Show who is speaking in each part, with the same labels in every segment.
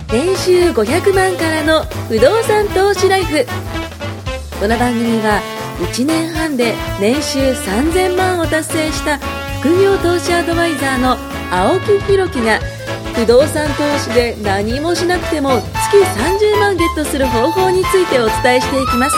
Speaker 1: 年収500万からの不動産投資ライフ。この番組は1年半で年収3000万を達成した副業投資アドバイザーの青木弘樹が、不動産投資で何もしなくても月30万ゲットする方法についてお伝えしていきます。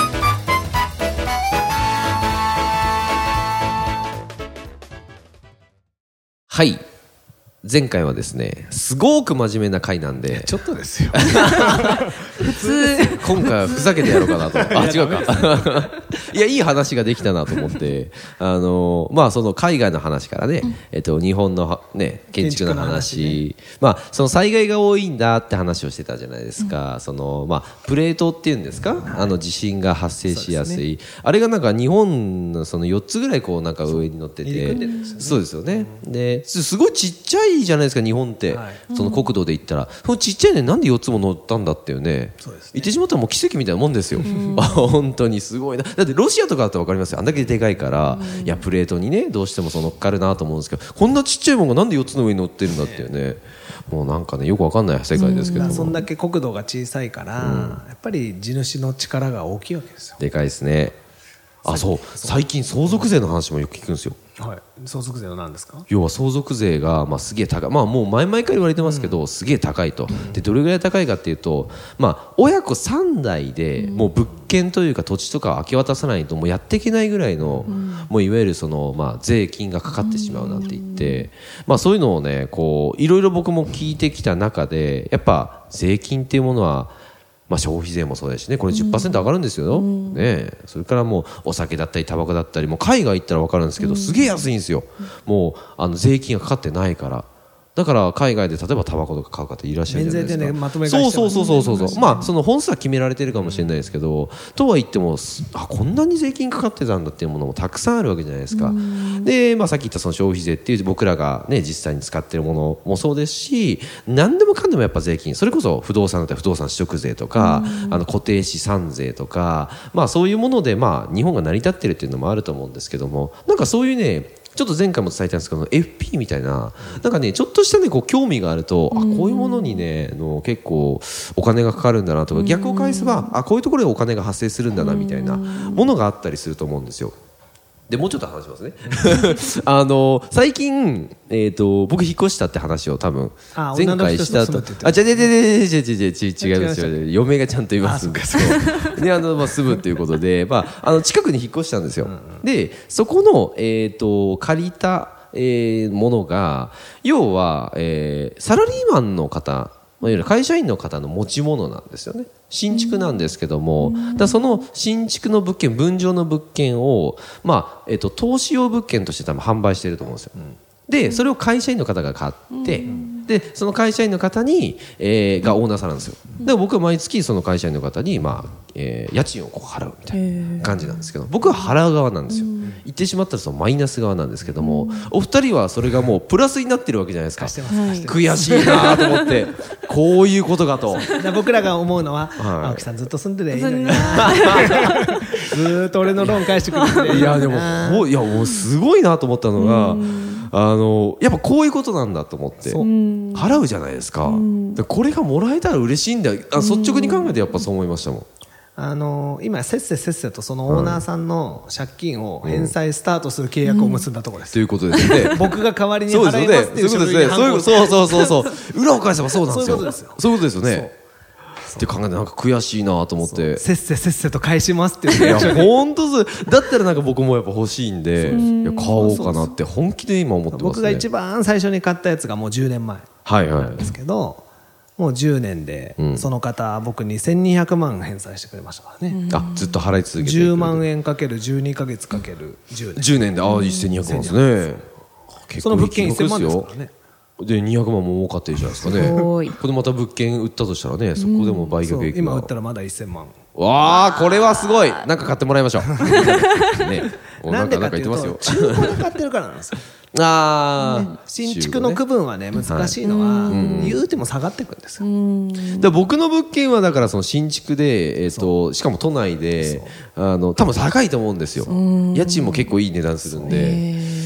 Speaker 2: はい、前回はですね、すごく真面目な回なんで、
Speaker 3: ちょっとですよ
Speaker 1: 普通
Speaker 2: 今回はふざけてやろうかなと。あ、違うかいや、いい話ができたなと思ってまあその海外の話からね、日本のね建築の話、まあその災害が多いんだって話をしてたじゃないですか。そのまあプレートっていうんですか、地震が発生しやすい、あれがなんか日本のその4つぐらいこうなんか上に乗ってて、そうですよね。ですごいちっちゃいじゃないですか日本って、その国土で言ったら、そのちっちゃいね、なんで4つも乗ったんだっていうね、言ってしまったらもう奇跡みたいなもんですよ。本当にすごいな。だってロシアとかだと分かりますよ、あんだけでかいから、いやプレートにねどうしても乗っかるなと思うんですけど、こんなちっちゃいものがなんで4つの上に乗ってるんだっていうね、もうなんかねよく分かんない世界ですけども、
Speaker 3: そんだけ国土が小さいから、やっぱり地主の力が大きいわけですよ。
Speaker 2: でかいですね。あ、そう、最近相続税の話もよく聞くんですよ。
Speaker 3: はい、相続税は何ですか？
Speaker 2: 要は相続税がすげえ高い、もう前々から言われてますけど、すげえ高いと。でどれぐらい高いかっていうと、親子3代でもう物件というか土地とかを明け渡さないともうやっていけないぐらいの、もういわゆるその税金がかかってしまうなんて言って、そういうのをねこういろいろ僕も聞いてきた中で、やっぱ税金っていうものは消費税もそうですしね、これ 10% 上がるんですよ、ね。それからもうお酒だったりタバコだったり、もう海外行ったら分かるんですけど、すげえ安いんですよ。もう税金がかかってないから。だから海外で例えばタバコとか買う方いらっしゃるじゃないですか。
Speaker 3: 免税でね、まとめ買いしてますね。
Speaker 2: そうその本数は決められてるかもしれないですけど、とは言ってもこんなに税金かかってたんだっていうものもたくさんあるわけじゃないですか。で、さっき言ったその消費税っていう僕らがね実際に使ってるものもそうですし、何でもかんでもやっぱ税金、それこそ不動産だったら不動産取得税とか、固定資産税とか、そういうもので日本が成り立ってるっていうのもあると思うんですけども、なんかそういうね、ちょっと前回も伝えたんですけど FP みたいな、なんかねちょっとしたねこう興味があると、こういうものにね結構お金がかかるんだなとか、逆を返せばこういうところでお金が発生するんだなみたいなものがあったりすると思うんですよ。でもうちょっと話しますね最近、僕引っ越したって話を多分前回したと、違いますよ、嫁がちゃんと言いますんですけどで住むということで、近くに引っ越したんですよ。でそこの、借りた、ものが要は、サラリーマンの方、いわゆる会社員の方の持ち物なんですよね。新築なんですけども、その新築の物件、分譲の物件を、投資用物件として多分販売していると思うんですよ。でそれを会社員の方が買って、でその会社員の方に、がオーナーさんなんですよ。で僕は毎月その会社員の方に、家賃をこう払うみたいな感じなんですけど、僕は払う側なんですよ。言ってしまったらそのマイナス側なんですけども、お二人はそれがもうプラスになってるわけじゃないですか。悔しいなと思ってこういうことかと
Speaker 3: 僕らが思うのは、青木さんずっと住んでりゃいいのになずっと俺のローン返してくれて、
Speaker 2: いやでももうすごいなと思ったのが、やっぱこういうことなんだと思って払うじゃないですか。でこれがもらえたら嬉しいんだよ。率直に考えてやっぱそう思いましたもん。
Speaker 3: 今せっせとそのオーナーさんの借金を返済スタートする契約を結んだところです。
Speaker 2: ということですね。
Speaker 3: 僕が代わりに払いますっていう書類にハンコ
Speaker 2: そう裏を返せばそうなんですよ。そういうことですよね。って考えてなんか悔しいなと思って、
Speaker 3: せっせと返しますっていう。いや
Speaker 2: 本当そうだったらなんか僕もやっぱ欲しいんで、買おうかなって本気で今思ってますね。
Speaker 3: 僕が一番最初に買ったやつがもう10年前なんですけど、もう10年でその方僕に1200万返済してくれましたからね。
Speaker 2: ずっと払い続けて
Speaker 3: 10万円かける12ヶ月かける
Speaker 2: 10年で1200万ですね。
Speaker 3: その物件1000万ですからね。
Speaker 2: で200万も儲かってるじゃないですかね。これまた物件売ったとしたらね、そこでも売却益が
Speaker 3: 今売ったらまだ1000万。
Speaker 2: わあこれはすごい。なんか買ってもらいましょうね。
Speaker 3: なんでかっていうと中古で買ってるからなんですよ。新築の区分はね難しいのは、言うても下がっていくんですよ。
Speaker 2: で僕の物件はだからその新築で、しかも都内で多分高いと思うんですよ。家賃も結構いい値段するんで、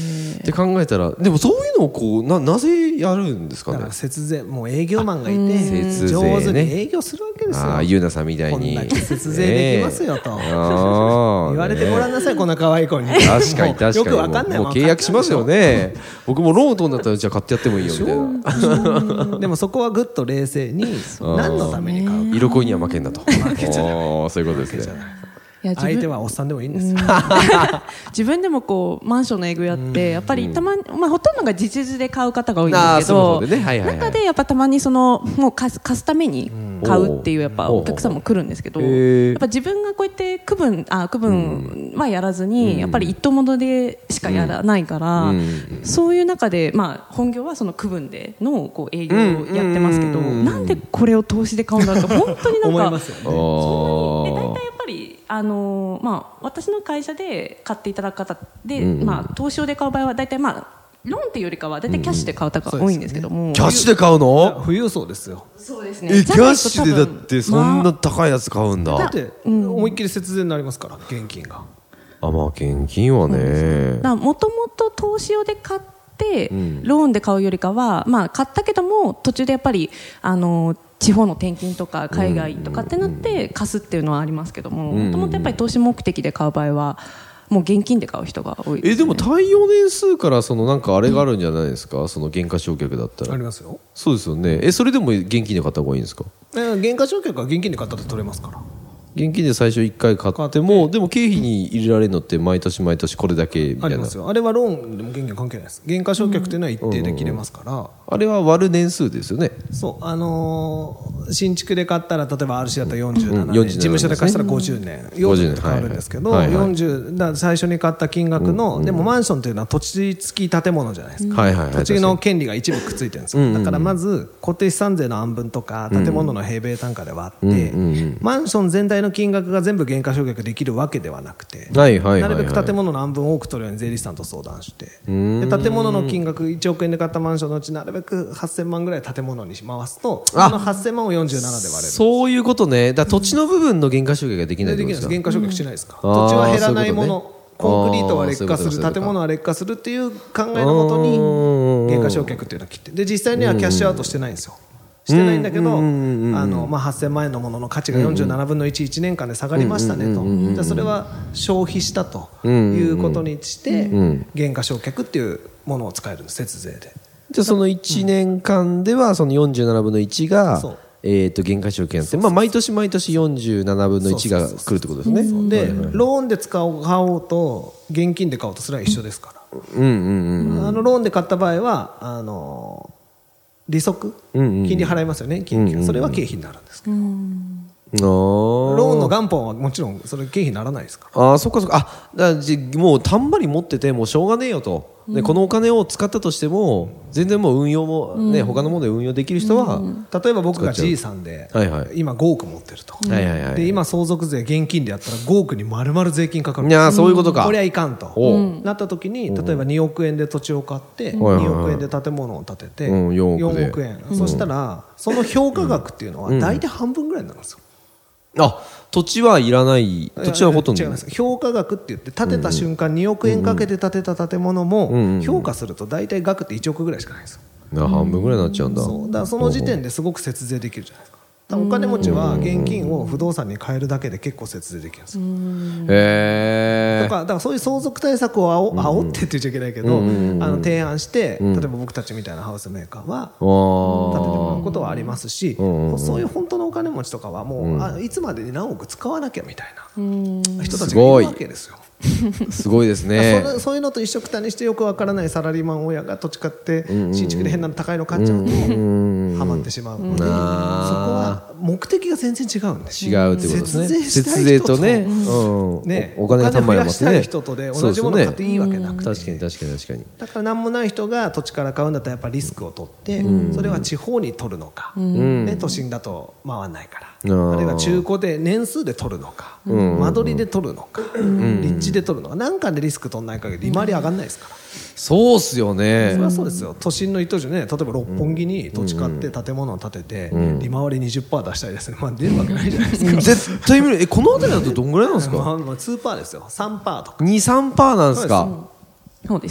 Speaker 2: って考えたらでもそういうのをこうなぜやるんですかね。
Speaker 3: だから節税もう営業マンがいて
Speaker 2: 節税
Speaker 3: 上手に営業するわけですよ。
Speaker 2: ゆうなさんみたいに
Speaker 3: こんだけ節税できますよと言われてごらんなさい、こんな可愛い子に。
Speaker 2: 確かに確かに
Speaker 3: よくわかんない
Speaker 2: もう契約しますよね。僕もローン取んだったらじゃあ買ってやってもいいよみたいな。
Speaker 3: でもそこはぐっと冷静に何のために買うか、
Speaker 2: 色恋には負けんだと。
Speaker 3: 負けちゃない
Speaker 2: そういうことですね。
Speaker 4: いや
Speaker 3: 相手はおっさんでもいいんですよ。
Speaker 4: 自分でもこうマンションの営業やってやっぱりたまに、ほとんどが実質で買う方が多いんですけど、中でやっぱたまにもう貸すために買うっていうやっぱお客さんも来るんですけど、やっぱ自分がこうやって区分はやらずにやっぱり一等物でしかやらないから、そういう中で本業はその区分でのこう営業をやってますけど、なんでこれを投資で買うんだろうと本当になんか
Speaker 3: 思いますよね。
Speaker 4: そんなに大体やっぱり私の会社で買っていただく方で、投資用で買う場合は大体ローンっていうよりかは大体キャッシュで買う方が多いんですけども、
Speaker 2: キャッシュで買うの？
Speaker 3: 富裕層ですよ。
Speaker 4: そうですね。
Speaker 2: キャッシュでだってそんな高いやつ買うんだ。
Speaker 3: だって思いっきり節税になりますから、現金が。
Speaker 2: 現金はね。
Speaker 4: もともと投資用で買ってローンで買うよりかは買ったけども途中でやっぱり地方の転勤とか海外とかってなって貸すっていうのはありますけども、もともとやっぱり投資目的で買う場合はもう現金で買う人が多いですね。
Speaker 2: でも耐用年数からなんかあれがあるんじゃないですか、その減価償却だったら。
Speaker 3: ありますよ。
Speaker 2: そうですよね。それでも現金で買った方がいいんですか？
Speaker 3: 減価償却は現金で買ったら取れますから。
Speaker 2: 現金で最初1回買ってもでも経費に入れられるのって毎年毎年これだけみたいな。
Speaker 3: ありますよ。あれはローンでも現金関係ないです。減価償却っていうのは一定で切れますから、
Speaker 2: あれは割る年数ですよね。
Speaker 3: そう新築で買ったら例えば RC だったら47年、事務所で貸したら50年、40年と変わるんですけど、40だ最初に買った金額の、でもマンションというのは土地付き建物じゃないですか。土地の権利が一部くっついてるんですよ。だからまず固定資産税の案分とか建物の平米単価で割って、マンション全体の金額が全部減価償却できるわけではなくて、なるべく建物の案分を多く取るように税理士さんと相談して、で建物の金額1億円で買ったマンションのうちなるべく8000万ぐらい建物に回すと、その8000万を47で割れる。
Speaker 2: そういうことね。土地の部分の減価償却ができないってことですか？
Speaker 3: 減価償却しないですか？土地は減らないもの、コンクリートは劣化する、建物は劣化するっていう考えのもとに減価償却っていうのを切って、で実際にはキャッシュアウトしてないんですよ。してないんだけど、8000万円のものの価値が47分の1年間で下がりましたねと、じゃあそれは消費したということにして減価償却っていうものを使えるんです、節税で。
Speaker 2: じゃあその1年間ではその47分の1が減価償却って、毎年毎年47分の1が来るってことですね。
Speaker 3: でローンで買おうと現金で買おうとそれは一緒ですから、ローンで買った場合は利息、金利払いますよね、それは経費になるんですけど、ローンの元本はもちろんそれ経費にならないですから。
Speaker 2: そっかそっか。だからもうたんまり持っててもうしょうがねえよと、でこのお金を使ったとしても全然もう運用もね、他のもので運用できる人は、
Speaker 3: 例えば僕が G さんで今5億持ってると、で今相続税現金でやったら5億に丸々税金かかる。
Speaker 2: いやそういうことか。
Speaker 3: これはいかんとなった時に、例えば2億円で土地を買って2億円で建物を建てて4億円、そしたらその評価額っていうのは大体半分ぐらいになるんですよ。
Speaker 2: 土地はいらない。土地はほとんど
Speaker 3: 違います。評価額って言って建てた瞬間2億円かけて建てた建物も評価すると大体額って1億ぐらいしかないんですよ。
Speaker 2: 半分ぐらいになっちゃうんだ。
Speaker 3: だからその時点ですごく節税できるじゃないですか。お金持ちは現金を不動産に変えるだけで結構節税できるんですよ。だからそういう相続対策を煽ってって言っちゃいけないけど、提案して、例えば僕たちみたいなハウスメーカーは建ててもらうことはありますし、そういう本当のお金持ちとかはもういつまでに何億使わなきゃみたいな人たちがいるわけですよ。
Speaker 2: すごいですね。
Speaker 3: そういうのと一緒くたにしてよくわからないサラリーマン親が土地買って新築で変なの高いの買っちゃうとハマってしまうので、そこは目的が全然違うんです。
Speaker 2: 違うってことですね。
Speaker 3: 節税
Speaker 2: とね、お金
Speaker 3: 増やしたい人とで同じもの買っていいわけなくて、
Speaker 2: 確かに確かに確かに。
Speaker 3: だから何もない人が土地から買うんだったらやっぱりリスクを取ってそれは地方に取るのか、都心だと回らないから、あるいは中古で年数で取るのか、間取りで取るのか、立地で取るのか、何かでリスク取らない限り利回り上がらないですから。
Speaker 2: そうっすよね。
Speaker 3: それはそうですよ。都心の一等地ね、例えば六本木に土地買って建物を建てて利回り 20% 出したいですね。出るわけないじゃないですか。
Speaker 2: 絶対見る。この辺りだとどんぐらいなんですか？
Speaker 3: 2% ですよ。3% とか
Speaker 2: 2、3% なんですか？
Speaker 4: そうですね。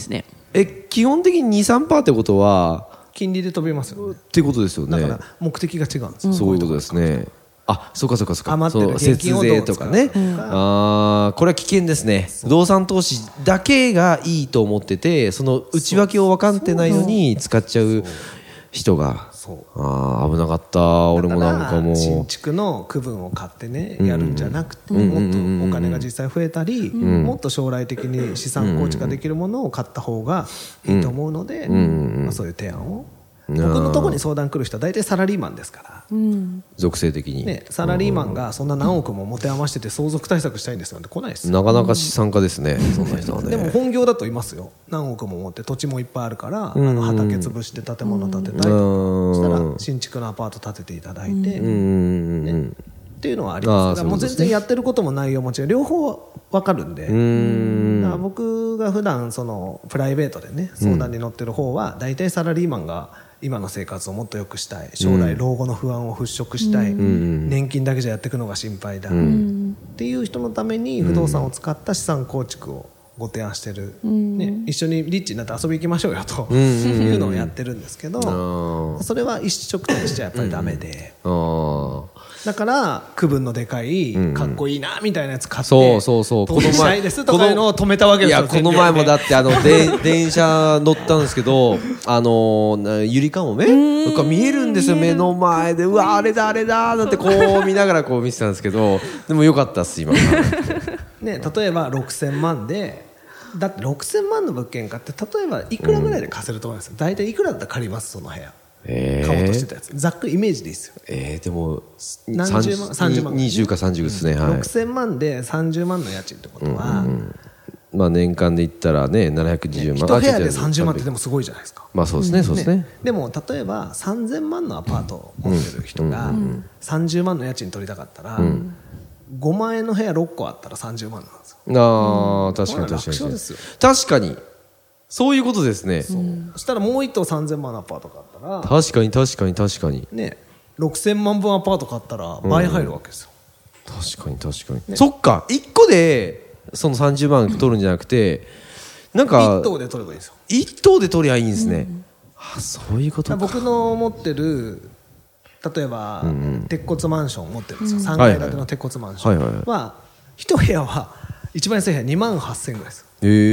Speaker 2: 基本的に 2,3% ってことは
Speaker 3: 金利で飛びますよね。
Speaker 2: ってことですよね。
Speaker 3: だから目的が違うんですよ。
Speaker 2: そういうことですね。あ、そうかそうかそうか。
Speaker 3: 余ってる現金をどう使うか
Speaker 2: 節税とかね。ああ、これは危険ですね。不動産投資だけがいいと思ってて、その内訳を分かってないのに使っちゃう人が。ああ、危なかった。俺もなんかもう
Speaker 3: 新築の区分を買ってね、やるんじゃなくて、もっとお金が実際増えたり、もっと将来的に資産構築ができるものを買った方がいいと思うので、そういう提案を。僕のところに相談来る人は大体サラリーマンですから、
Speaker 2: 属性的に、
Speaker 3: ね、サラリーマンがそんな何億も持て余してて相続対策したいんですよって来ないですよ。
Speaker 2: なかなか資産家ですね、そんな人はね。
Speaker 3: でも本業だといますよ。何億も持って土地もいっぱいあるから、畑潰して建物建てたいとか、そしたら新築のアパート建てていただいて、ね、っていうのはありますから、もう全然やってることも内容も違う、両方分かるんで、だから僕が普段そのプライベートでね相談に乗ってる方は大体サラリーマンが今の生活をもっと良くしたい、将来老後の不安を払拭したい、年金だけじゃやっていくのが心配だ、っていう人のために不動産を使った資産構築をご提案してる、ね、一緒にリッチになって遊び行きましょうよというのをやってるんですけど、それは一色としてはやっぱりダメで、だから区分のでかいかっこいいなみたいなやつ買って投資したいですとかいうのを止めたわけですよ。
Speaker 2: いやこの前もだって電車乗ったんですけどゆりかもめが見えるんですよ、目の前で。うわあれだあれだなんてこう見ながらこう見てたんですけど、でもよかったっす今ね。
Speaker 3: 例えば6000万で、だって6000万の物件買って例えばいくらぐらいで貸せると思います？大体いくらだったら借ります？その部屋買おうとしてたやつ、ざっくりイメージでいいですよ。
Speaker 2: でも
Speaker 3: 何十万、30万、
Speaker 2: 20か30ですね、はい、
Speaker 3: 6000万で30万の家賃ってことは、
Speaker 2: まあ、年間で言ったらね720万、
Speaker 3: 1部屋で30万ってでもすごいじゃないですか。
Speaker 2: まあそうですね、そうですね。
Speaker 3: でも例えば3000万のアパートを持ってる人が30万の家賃取りたかったら、5万円の部屋6個あったら30万なんですよ。
Speaker 2: ああ、確かに確かに確かにそういうことですね。
Speaker 3: そしたらもう1棟3000万のアパート買ったら、
Speaker 2: 確かに確かに確かに
Speaker 3: ね、6000万分アパート買ったら倍入るわけですよ。
Speaker 2: 確かに確かに、ね、そっか、1個でその30万取るんじゃなくて、なんか
Speaker 3: 1棟で取ればいいんですよ。
Speaker 2: 1棟で取りゃいいんですね、そういうことか。
Speaker 3: 僕の持ってる例えば、鉄骨マンションを持ってるんですよ、3階建ての鉄骨マンションは1部屋は一番安い部屋2万8000円ぐらいです。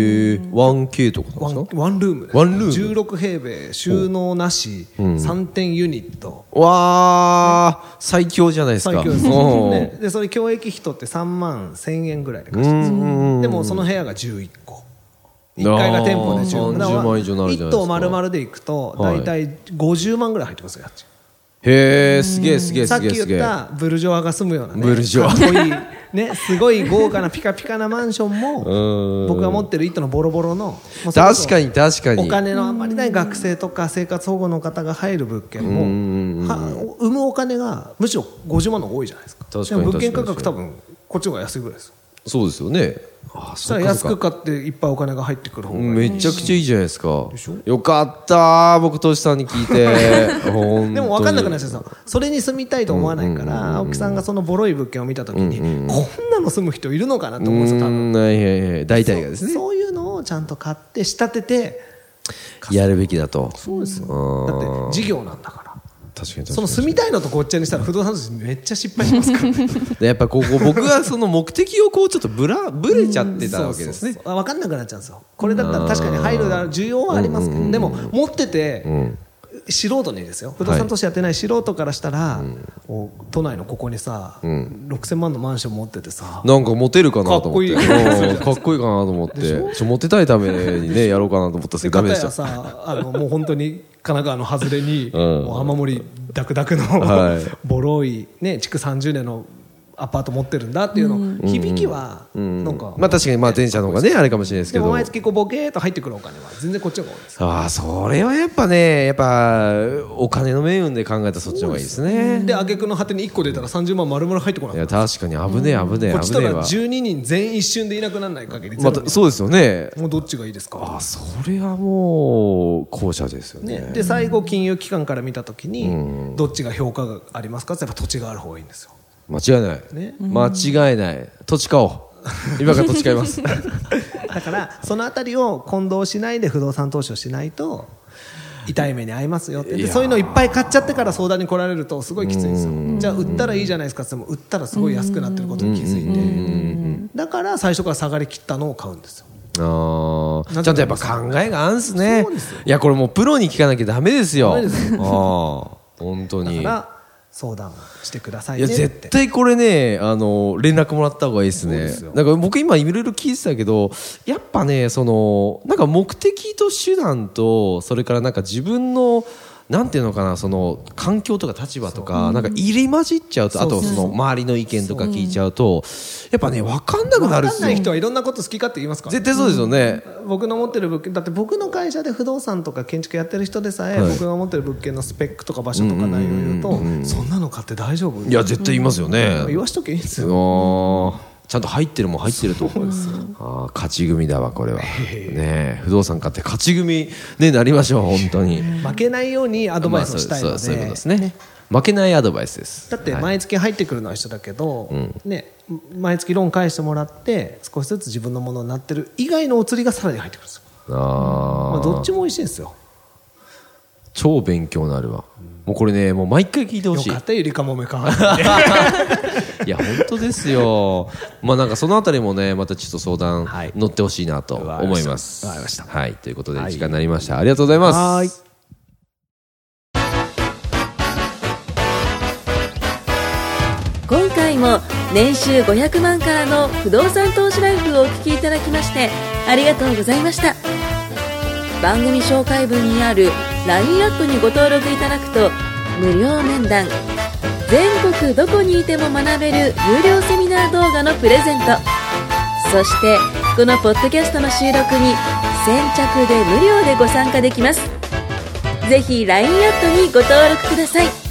Speaker 2: 1K とかですか？
Speaker 3: ワンルームです。
Speaker 2: ワンルーム
Speaker 3: 16平米収納なし、3点ユニット。
Speaker 2: わー、最強じゃないですか。
Speaker 3: 最強です、ね、でそれ共益費取って3万1000円ぐらいで貸してるんですよ。でもその部屋が11個、1階が店舗で10個、
Speaker 2: 30万以上になるじゃないですか。
Speaker 3: 1棟丸々でいくと大体50万ぐらい入ってますよ、家賃。
Speaker 2: へー、すげえすげえすげえ。
Speaker 3: さっき言ったブルジョワが住むようなね、
Speaker 2: ブルジョワ
Speaker 3: かっこいいね、すごい豪華なピカピカなマンションも僕が持ってる一棟のボロボロの、
Speaker 2: 確かに確かに
Speaker 3: お金のあんまりない学生とか生活保護の方が入る物件も生むお金がむしろ50万の方が多いじゃないですか。でも物件価格多分こっちの方が安いぐらいですよ。
Speaker 2: そうですよね。
Speaker 3: そしたら安く買っていっぱいお金が入ってくる方がいい。
Speaker 2: めちゃくちゃいいじゃないですか。よかった僕トシさんに聞いて
Speaker 3: でも分かんなくないですよ。それに住みたいと思わないから、青木さんがそのボロい物件を見た時に、こんなの住む人いるのかなと思うんですよ、多分。
Speaker 2: 大体がですね。
Speaker 3: そういうのをちゃんと買って仕立てて
Speaker 2: やるべきだと。
Speaker 3: そうですよ。だって事業なんだから。
Speaker 2: 確かに
Speaker 3: その住みたいのとごっちゃにしたら不動産投資めっちゃ失敗しますからね。
Speaker 2: やっぱ僕がその目的をこうちょっとブレちゃってたわけですね。
Speaker 3: 分かんなくなっちゃうんですよ。これだったら確かに入る需要はありますけど、でも持ってて素人にですよ、不動産投資やってない素人からしたら、都内のここにさ、6000万のマンション持っててさ、
Speaker 2: なんかモテるかなと思って、
Speaker 3: か
Speaker 2: っこいいかなと思ってモテたいためにねやろうかなと思ったんですけどダメでした。
Speaker 3: さもう本当に神奈川の外れに、もう雨漏りダクダクの、ボロい、ね、築30年のアパート持ってるんだっていうの、響きはなんか、
Speaker 2: まあ確かにまあ電車の方がねあれかもしれないですけど、
Speaker 3: でも毎月こうボケーっと入ってくるお金は全然こっちの方が多いです。
Speaker 2: ああ、それはやっぱね、やっぱお金の面運で考えたらそっちの方がいいですね。
Speaker 3: で挙句の果てに1個出たら30万丸々入ってこない。
Speaker 2: いや確かに危ねえ危ねえ。
Speaker 3: こっちとら12人全員一瞬でいなくならない限り、
Speaker 2: またそうですよね。
Speaker 3: もうどっちがいいですか。
Speaker 2: あ、それはもう後者ですよね。
Speaker 3: で最後金融機関から見たときにどっちが評価がありますかって、やっぱ土地がある方がいいんですよ。
Speaker 2: 間違いない、間違いない。土地買おう。今から土地買います。
Speaker 3: だからそのあたりを混同しないで不動産投資をしないと痛い目に遭いますよって。でそういうのいっぱい買っちゃってから相談に来られるとすごいきついんですよ。じゃあ売ったらいいじゃないですかって言っても売ったらすごい安くなってることに気づいて、だから最初から下がりきったのを買うんですよ。
Speaker 2: ちゃんとやっぱ考えがあるんすね。いやこれもうプロに聞かなきゃダメですよ。本当に。
Speaker 3: だから相談してくださいねって。
Speaker 2: いや絶対これね連絡もらった方がいいですね。なんか僕今いろいろ聞いてたけどやっぱねなんか目的と手段とそれからなんか自分のなんていうのかな環境とか立場とかなんか入り混じっちゃうとあと周りの意見とか聞いちゃうとやっぱね分かんなくなるっすよ。
Speaker 3: 分かんない人はいろんなこと好き勝手言いますから。
Speaker 2: 絶対そうですよね。
Speaker 3: 僕の持ってる物件だって僕の会社で不動産とか建築やってる人でさえ僕が持ってる物件のスペックとか場所とか内容を言うとそんなの買って大丈夫？
Speaker 2: いや絶対言いますよね。
Speaker 3: 言わしとけいいんですよ。
Speaker 2: ちゃんと入ってるもん入ってると勝ち組だわこれはね。不動産買って勝ち組になりましょう本当に。
Speaker 3: 負けないようにアドバイスをしたいので、
Speaker 2: そういうことですね。負けないアドバイスです。
Speaker 3: だって毎月入ってくるのは一緒だけど、ね、毎月ローン返してもらって少しずつ自分のものになってる以外のお釣りがさらに入ってくるんですよ。どっちも美味しいんですよ。
Speaker 2: 超勉強になるわ。もうこれねもう毎回聞いてほしい。
Speaker 3: よかったゆりかもめか
Speaker 2: いや本当ですよ。なんかそのあたりもねまたちょっと相談乗ってほしいなと思います。
Speaker 3: わかりました。
Speaker 2: はい、ということで時間になりました。ありがとうございます。
Speaker 3: はい。
Speaker 1: 今回も年収500万からの不動産投資ライフをお聞きいただきましてありがとうございました。番組紹介文にある LINE アットにご登録いただくと無料面談、全国どこにいても学べる有料セミナー動画のプレゼント、そしてこのポッドキャストの収録に先着で無料でご参加できます。ぜひ LINE アットにご登録ください。